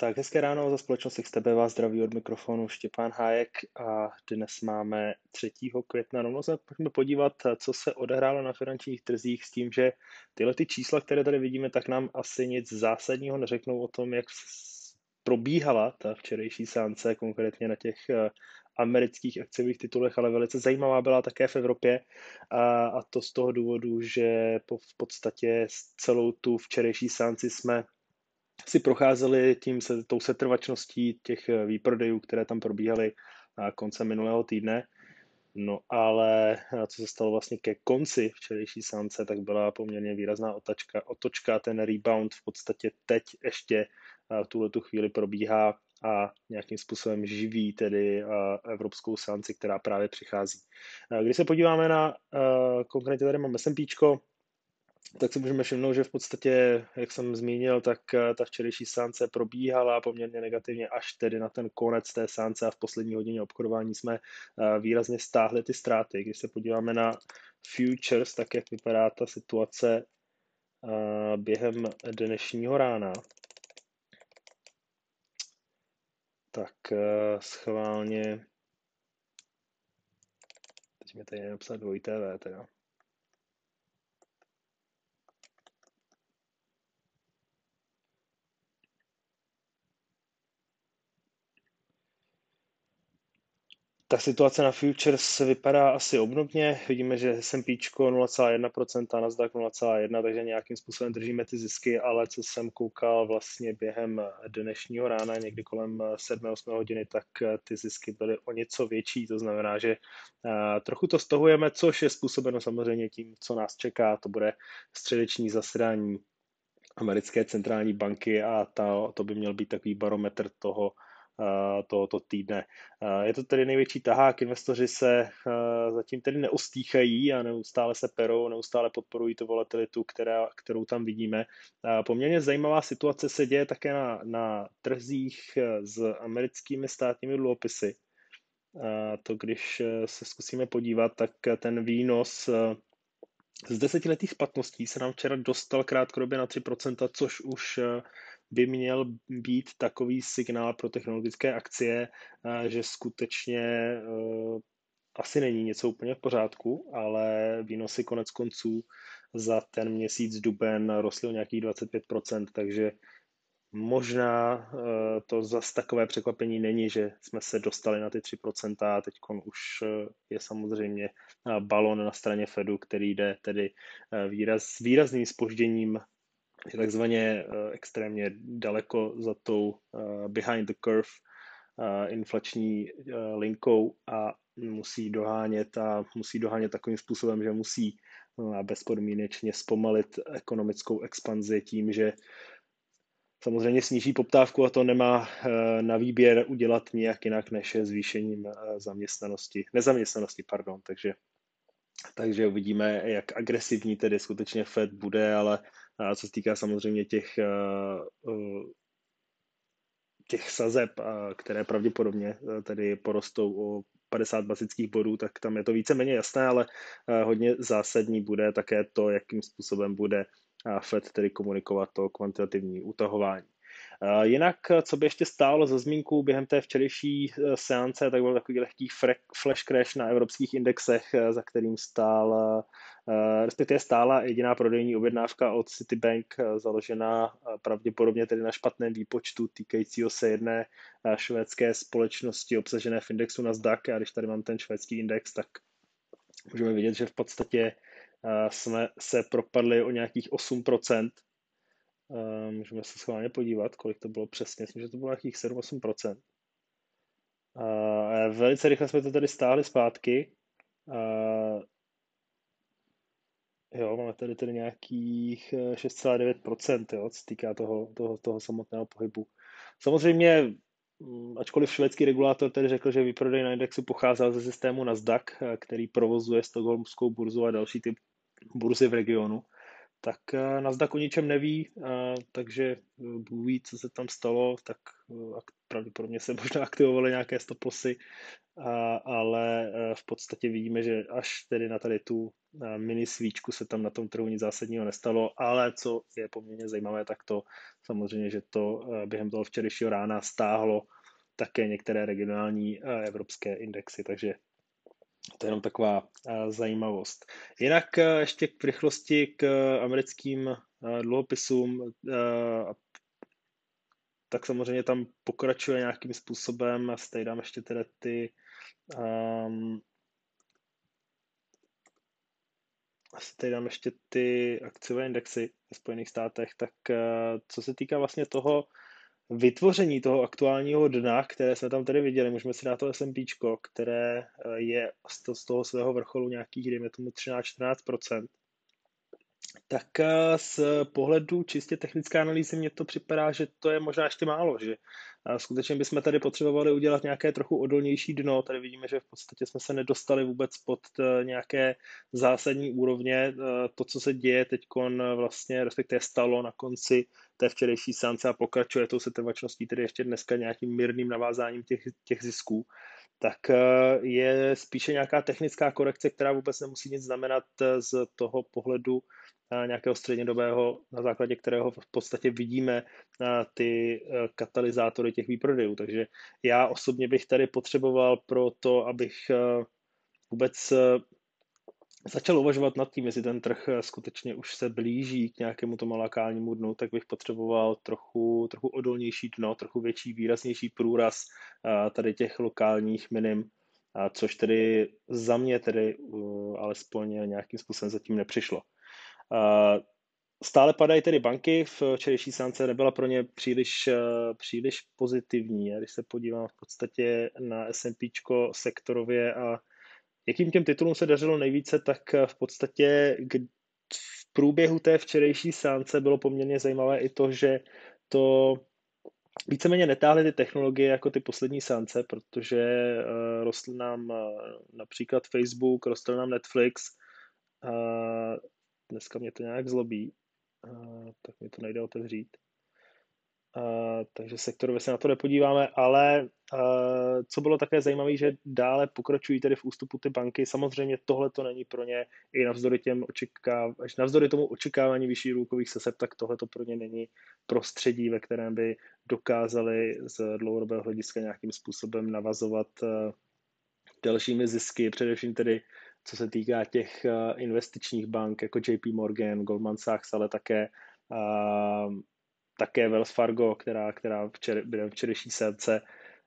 Tak hezké ráno za společnost XTB vás zdraví od mikrofonu Štěpán Hájek a dnes máme 3. května. Rovnou se pojďme podívat, co se odehrálo na finančních trzích s tím, že tyhle ty čísla, které tady vidíme, tak nám asi nic zásadního neřeknou o tom, jak probíhala ta včerejší seance, konkrétně na těch amerických akciových titulech, ale velice zajímavá byla také v Evropě a to z toho důvodu, že v podstatě celou tu včerejší seanci jsme si procházeli tou setrvačností těch výprodejů, které tam probíhaly koncem minulého týdne. No ale co se stalo vlastně ke konci včerejší seance, tak byla poměrně výrazná otočka, ten rebound v podstatě teď ještě v tuhletu chvíli probíhá a nějakým způsobem živí tedy evropskou seanci, která právě přichází. Když se podíváme na, konkrétně tady mám S&Pčko, tak si můžeme všimnout, že v podstatě, jak jsem zmínil, tak ta včerejší seance probíhala poměrně negativně až tedy na ten konec té seance a v poslední hodině obchodování jsme výrazně stáhli ty ztráty. Když se podíváme na futures, tak jak vypadá ta situace během dnešního rána, tak schválně, teď mi tady napsat 2TV teda. Ta situace na futures vypadá asi obdobně. Vidíme, že S&P 0,1%, Nasdaq 0,1%, takže nějakým způsobem držíme ty zisky, ale co jsem koukal vlastně během dnešního rána, někdy kolem 7-8 hodiny, tak ty zisky byly o něco větší. To znamená, že trochu to stahujeme, což je způsobeno samozřejmě tím, co nás čeká. To bude středeční zasedání americké centrální banky a to by měl být takový barometr tohoto týdne. Je to tedy největší tahák, investoři se zatím tedy neostýchají a neustále se perou, neustále podporují tu volatilitu, kterou tam vidíme. Poměrně zajímavá situace se děje také na trzích s americkými státními dluhopisy. To, když se zkusíme podívat, tak ten výnos z 10letých splatností se nám včera dostal krátkodobě na 3%, což už by měl být takový signál pro technologické akcie, že skutečně asi není něco úplně v pořádku, ale výnosy konec konců za ten měsíc duben rostly o nějakých 25%, takže možná to zas takové překvapení není, že jsme se dostali na ty 3% a teď už je samozřejmě balon na straně Fedu, který jde tedy s výrazným zpožděním, je takzvaně extrémně daleko za tou behind the curve inflační linkou a musí dohánět takovým způsobem, že musí bezpodmínečně zpomalit ekonomickou expanzi tím, že samozřejmě sníží poptávku a to nemá na výběr udělat nijak jinak než zvýšením nezaměstnanosti. Takže uvidíme, jak agresivní tedy skutečně Fed bude, ale co se týká samozřejmě těch sazeb, které pravděpodobně tedy porostou o 50 bazických bodů, tak tam je to víceméně jasné, ale hodně zásadní bude také to, jakým způsobem bude Fed tedy komunikovat to kvantitativní utahování. Jinak, co by ještě stálo za zmínku během té včerejší seance, tak byl takový lehký flash crash na evropských indexech, za kterým respektive stála jediná prodejní objednávka od Citibank, založená pravděpodobně tedy na špatném výpočtu týkajícího se jedné švédské společnosti obsažené v indexu Nasdaq. A když tady mám ten švédský index, tak můžeme vidět, že v podstatě jsme se propadli o nějakých 8%. Můžeme se schválně podívat, kolik to bylo přesně. Myslím, že to bylo nějakých 7-8%. Velice rychle jsme to tady stáhli zpátky. Jo, máme tady nějakých 6,9%, jo, co týká toho samotného pohybu. Samozřejmě, ačkoliv švédský regulátor tedy řekl, že výprodej na indexu pocházel ze systému Nasdaq, který provozuje stockholmskou burzu a další typ burzy v regionu, Tak Nasdaq o ničem neví, takže Bůh ví, co se tam stalo, tak pravděpodobně se možná aktivovaly nějaké stop lossy, ale v podstatě vidíme, že až tedy na tady tu mini svíčku se tam na tom trhu nic zásadního nestalo, ale co je poměrně zajímavé, tak to samozřejmě, že to během toho včerejšího rána stáhlo také některé regionální evropské indexy, takže to je jenom taková zajímavost. Jinak ještě v rychlosti k americkým dluhopisům, tak samozřejmě tam pokračuje nějakým způsobem, a tady dám ještě teda ty akciové indexy ve Spojených státech, tak co se týká vlastně toho vytvoření toho aktuálního dna, které jsme tam tady viděli, můžeme si dát to S&P, které je z toho svého vrcholu nějakých, dejme tomu 13-14%, tak z pohledu čistě technické analýzy mně to připadá, že to je možná ještě málo, že skutečně bychom tady potřebovali udělat nějaké trochu odolnější dno. Tady vidíme, že v podstatě jsme se nedostali vůbec pod nějaké zásadní úrovně. To, co se děje teď vlastně, respektive stalo na konci té včerejší sánce a pokračuje tou setrvačností, tedy ještě dneska nějakým mírným navázáním těch zisků, tak je spíše nějaká technická korekce, která vůbec nemusí nic znamenat z toho pohledu nějakého střednědobého, na základě kterého v podstatě vidíme ty katalyzátory těch výprodejů. Takže já osobně bych tady potřeboval pro to, abych vůbec začal uvažovat nad tím, jestli ten trh skutečně už se blíží k nějakému tomu lokálnímu dnu, tak bych potřeboval trochu odolnější dno, trochu větší, výraznější průraz tady těch lokálních minim, což tedy za mě tedy alespoň nějakým způsobem zatím nepřišlo. Stále padají tedy banky, v včerejší sánce nebyla pro ně příliš pozitivní. Když se podívám v podstatě na S&P sektorově a jakým těm titulům se dařilo nejvíce, tak v podstatě v průběhu té včerejší sánce bylo poměrně zajímavé i to, že to víceméně netáhly ty technologie jako ty poslední sánce, protože rostl nám například Facebook, rostl nám Netflix, dneska mě to nějak zlobí, tak mi to nejde otevřít. Takže sektorově se na to nepodíváme, ale co bylo také zajímavé, že dále pokračují tedy v ústupu ty banky. Samozřejmě tohle to není pro ně i navzdory tomu očekávání vyšších úrokových sazeb, tak tohle to pro ně není prostředí, ve kterém by dokázali z dlouhodobého hlediska nějakým způsobem navazovat dalšími zisky, především tedy co se týká těch investičních bank jako JP Morgan, Goldman Sachs, ale také Wells Fargo, která byla včerejší sánce.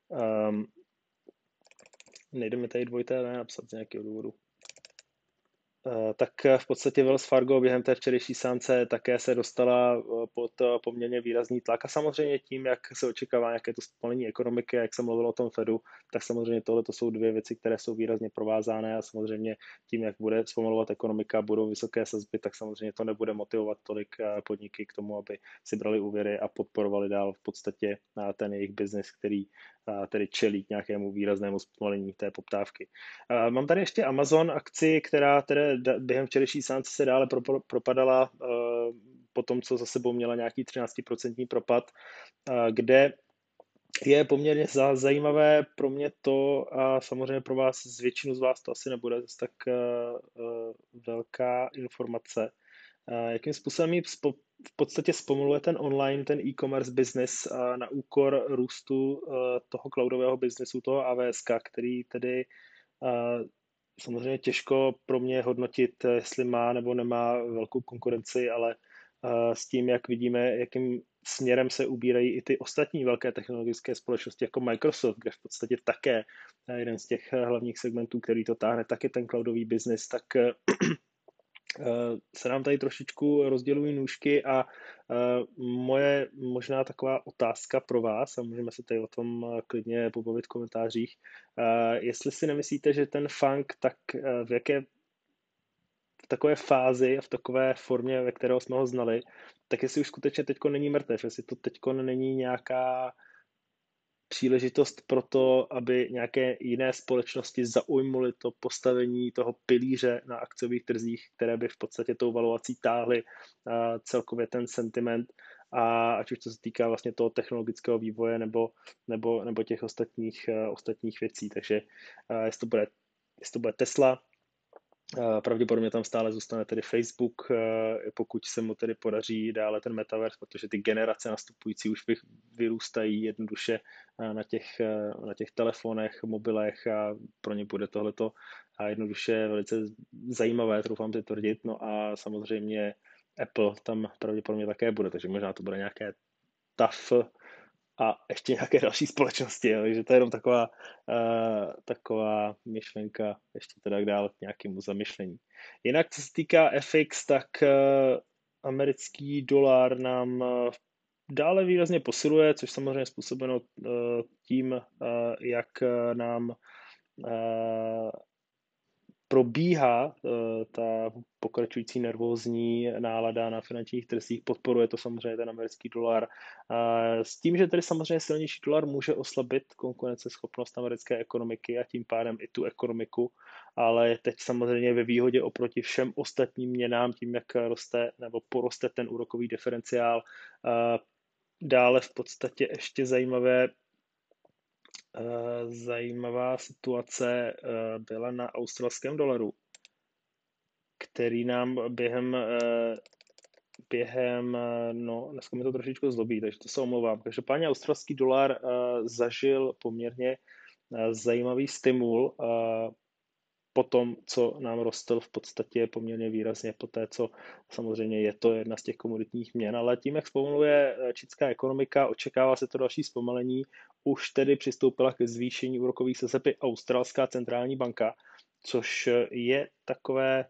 Nejde mi tady dvojité napsat z nějakého důvodu. Tak v podstatě Wells Fargo během té včerejší sánce také se dostala pod poměrně výrazný tlak a samozřejmě tím, jak se očekává nějaké to zpomalení ekonomiky, jak jsem mluvil o tom Fedu, tak samozřejmě tohle to jsou dvě věci, které jsou výrazně provázané a samozřejmě tím, jak bude zpomalovat ekonomika, budou vysoké sazby, tak samozřejmě to nebude motivovat tolik podniky k tomu, aby si brali úvěry a podporovali dál v podstatě ten jejich biznis, který tedy čelí k nějakému výraznému zpomalení té poptávky. Mám tady ještě Amazon akci, která tedy během včerejší sánce se dále propadala po tom, co za sebou měla nějaký 13% propad, kde je poměrně zajímavé pro mě to a samozřejmě pro vás, z většinu z vás to asi nebude zase tak velká informace. Jakým způsobem ji v podstatě zpomaluje ten online, ten e-commerce business na úkor růstu toho cloudového businessu, toho AWS, který tedy samozřejmě těžko pro mě hodnotit, jestli má nebo nemá velkou konkurenci, ale s tím, jak vidíme, jakým směrem se ubírají i ty ostatní velké technologické společnosti jako Microsoft, kde v podstatě také jeden z těch hlavních segmentů, který to táhne, tak je ten cloudový business, tak se nám tady trošičku rozdělují nůžky a moje možná taková otázka pro vás, a můžeme se tady o tom klidně pobavit v komentářích, jestli si nemyslíte, že ten funk tak v takové fázi a v takové formě, ve které jsme ho znali, tak jestli už skutečně teďko není mrtev, jestli to teďko není nějaká příležitost pro to, aby nějaké jiné společnosti zaujmuly to postavení toho pilíře na akciových trzích, které by v podstatě tou valuací táhly celkově ten sentiment, a ať už to se týká vlastně toho technologického vývoje nebo těch ostatních věcí. Takže jestli to bude Tesla, pravděpodobně tam stále zůstane tedy Facebook, pokud se mu tedy podaří dále ten metaverse, protože ty generace nastupující už vyrůstají jednoduše na těch telefonech, mobilech, a pro ně bude tohleto a jednoduše velice zajímavé, troufám si tvrdit. No a samozřejmě Apple tam pravděpodobně také bude, takže možná to bude nějaké TAF a ještě nějaké další společnosti, jo. Takže to je jenom taková myšlenka ještě teda dál k nějakému zamyšlení. Jinak, co se týká FX, tak americký dolar nám dále výrazně posiluje, což samozřejmě je způsobeno tím, jak nám probíhá ta pokračující nervózní nálada na finančních trzích, podporuje to samozřejmě ten americký dolar. S tím, že tedy samozřejmě silnější dolar může oslabit konkurenceschopnost americké ekonomiky a tím pádem i tu ekonomiku, ale teď samozřejmě ve výhodě oproti všem ostatním měnám, tím, jak roste nebo poroste ten úrokový diferenciál. Dále v podstatě ještě zajímavá situace byla na australském dolaru, který nám no, dneska mi to trošičku zlobí, takže to se omlouvám. Každopádně australský dolar zažil poměrně zajímavý stimul po tom, co nám rostl v podstatě poměrně výrazně po té, co samozřejmě je to jedna z těch komoditních měn, ale tím, jak zpomaluje čínská ekonomika, očekává se to další zpomalení, už tedy přistoupila ke zvýšení úrokových sazeb i australská centrální banka, což je takové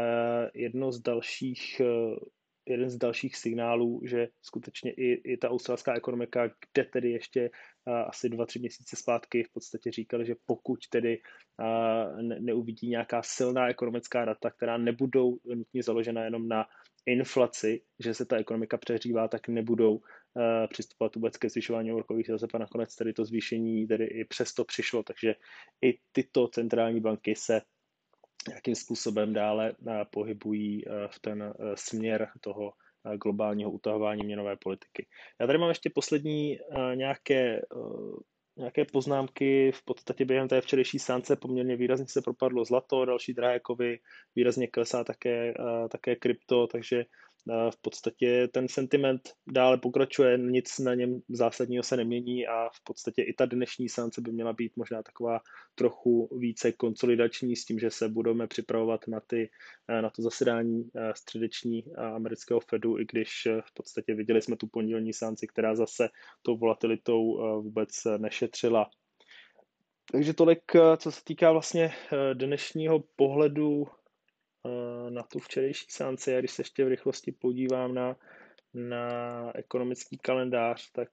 jeden z dalších signálů, že skutečně i ta australská ekonomika, kde tedy ještě asi 2-3 měsíce zpátky v podstatě říkali, že pokud tedy neuvidí nějaká silná ekonomická data, která nebudou nutně založena jenom na inflaci, že se ta ekonomika přehřívá, tak nebudou přistupovat vůbec ke zvyšování úrokových sazeb, a nakonec tedy to zvýšení tedy i přesto přišlo, takže i tyto centrální banky se jakým způsobem dále pohybují v ten směr toho globálního utahování měnové politiky. Já tady mám ještě poslední nějaké poznámky. V podstatě během té včerejší sánce poměrně výrazně se propadlo zlato, další drahé kovy, výrazně klesá také krypto, takže v podstatě ten sentiment dále pokračuje, nic na něm zásadního se nemění a v podstatě i ta dnešní sánce by měla být možná taková trochu více konsolidační s tím, že se budeme připravovat na to zasedání středeční amerického Fedu, i když v podstatě viděli jsme tu pondělní sánci, která zase tou volatilitou vůbec nešetřila. Takže tolik, co se týká vlastně dnešního pohledu na tu včerejší sánci. A když se ještě v rychlosti podívám na ekonomický kalendář, tak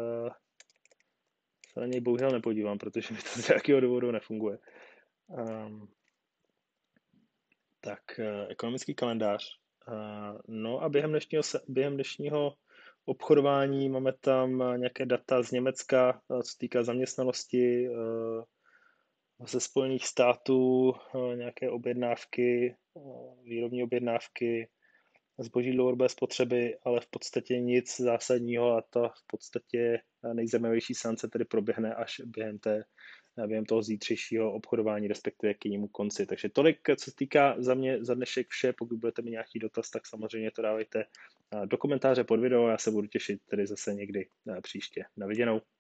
se na něj bohužel nepodívám, protože mi to z nějakého důvodu nefunguje. Tak ekonomický kalendář. No a během dnešního obchodování máme tam nějaké data z Německa, co se týká zaměstnanosti, ze Spojených států, nějaké objednávky, výrobní objednávky, zboží dlouhodobé spotřeby, ale v podstatě nic zásadního, a to v podstatě nejzajímavější sánce tedy proběhne až během toho zítřejšího obchodování, respektive k jejímu konci. Takže tolik, co se týká za mě za dnešek vše. Pokud budete mít nějaký dotaz, tak samozřejmě to dávejte do komentáře pod video. Já se budu těšit tedy zase někdy příště. Na viděnou.